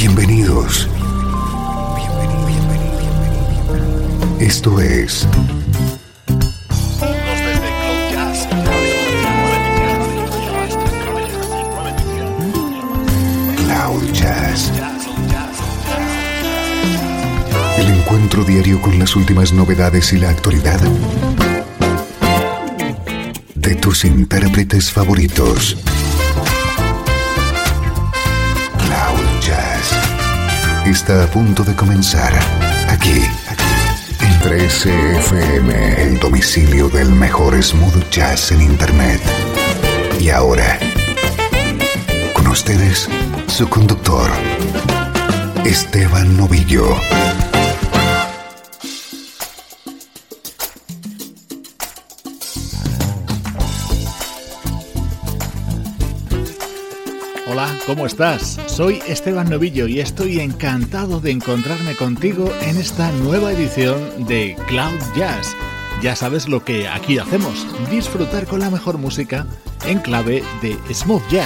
Bienvenidos. Esto es Cloud Jazz. El encuentro diario con las últimas novedades y la actualidad de tus intérpretes favoritos. Cloud Jazz está a punto de comenzar aquí en 13 FM, el domicilio del mejor smooth jazz en internet. Y ahora, con ustedes, su conductor, Esteban Novillo. Hola, ¿cómo estás? Soy Esteban Novillo y estoy encantado de encontrarme contigo en esta nueva edición de Cloud Jazz. Ya sabes lo que aquí hacemos, disfrutar con la mejor música en clave de smooth jazz.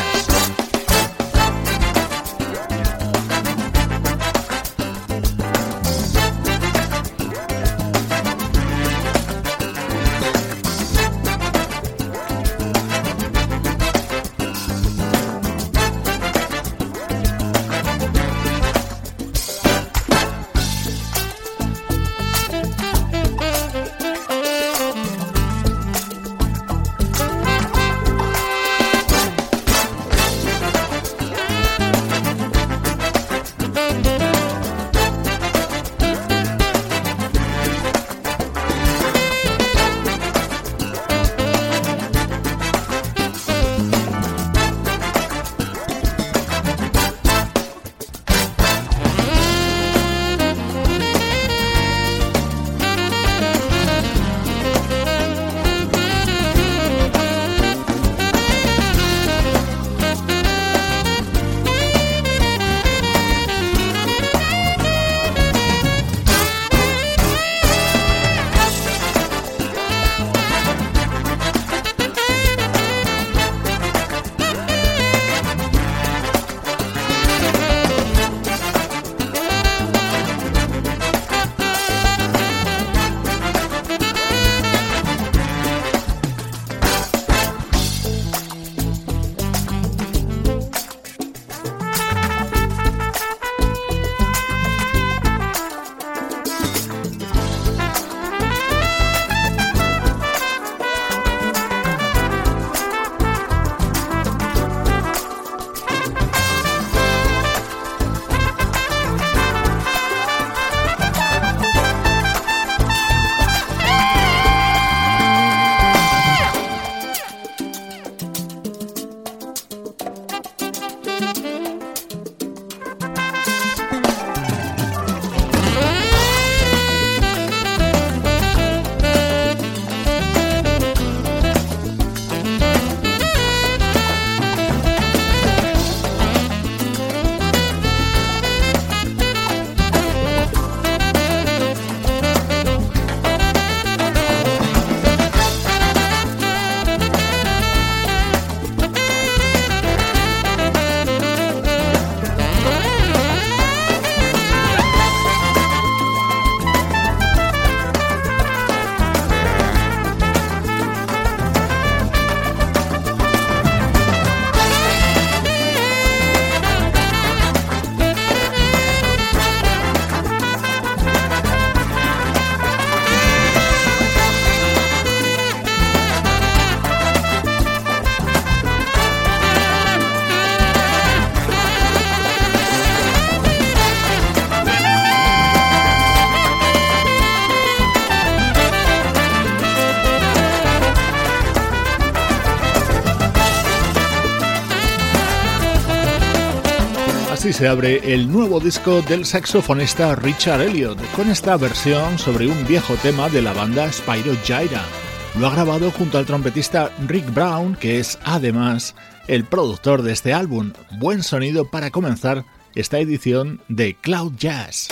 Así se abre el nuevo disco del saxofonista Richard Elliott, con esta versión sobre un viejo tema de la banda Spyro Gyra. Lo ha grabado junto al trompetista Rick Brown, que es además el productor de este álbum. Buen sonido para comenzar esta edición de Cloud Jazz.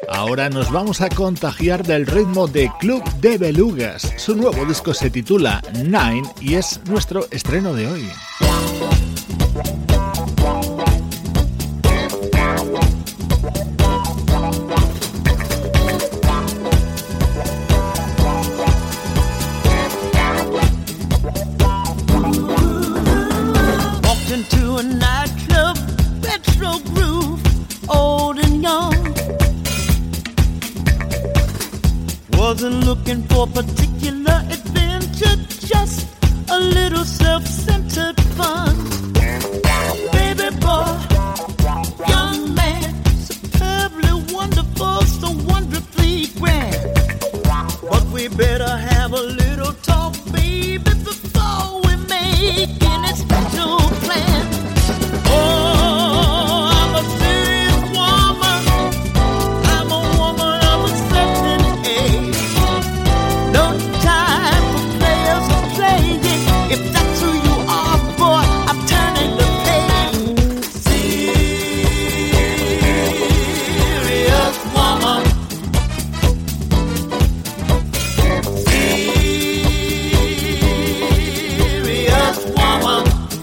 Ahora nos vamos a contagiar del ritmo de Club de Belugas. Su nuevo disco se titula Nine y es nuestro estreno de hoy. Into a nightclub, retro groove, old and young. Wasn't looking for particular adventure, just a little self-centered fun. Baby boy, young man, superbly wonderful, so wonderfully grand. But we better have a little talk, baby, before we make any special plan. Oh, I'm a serious woman. I'm a woman of a certain age. No time for players who playing. If that's who you are, boy, I'm turning the page. Serious woman. Serious woman.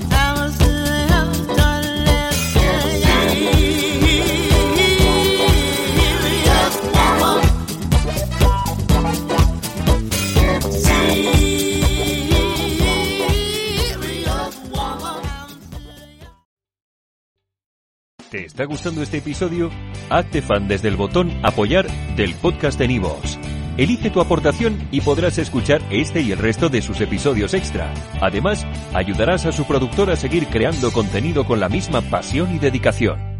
¿Te está gustando este episodio? Hazte fan desde el botón Apoyar del podcast de Nivos. Elige tu aportación y podrás escuchar este y el resto de sus episodios extra. Además, ayudarás a su productor a seguir creando contenido con la misma pasión y dedicación.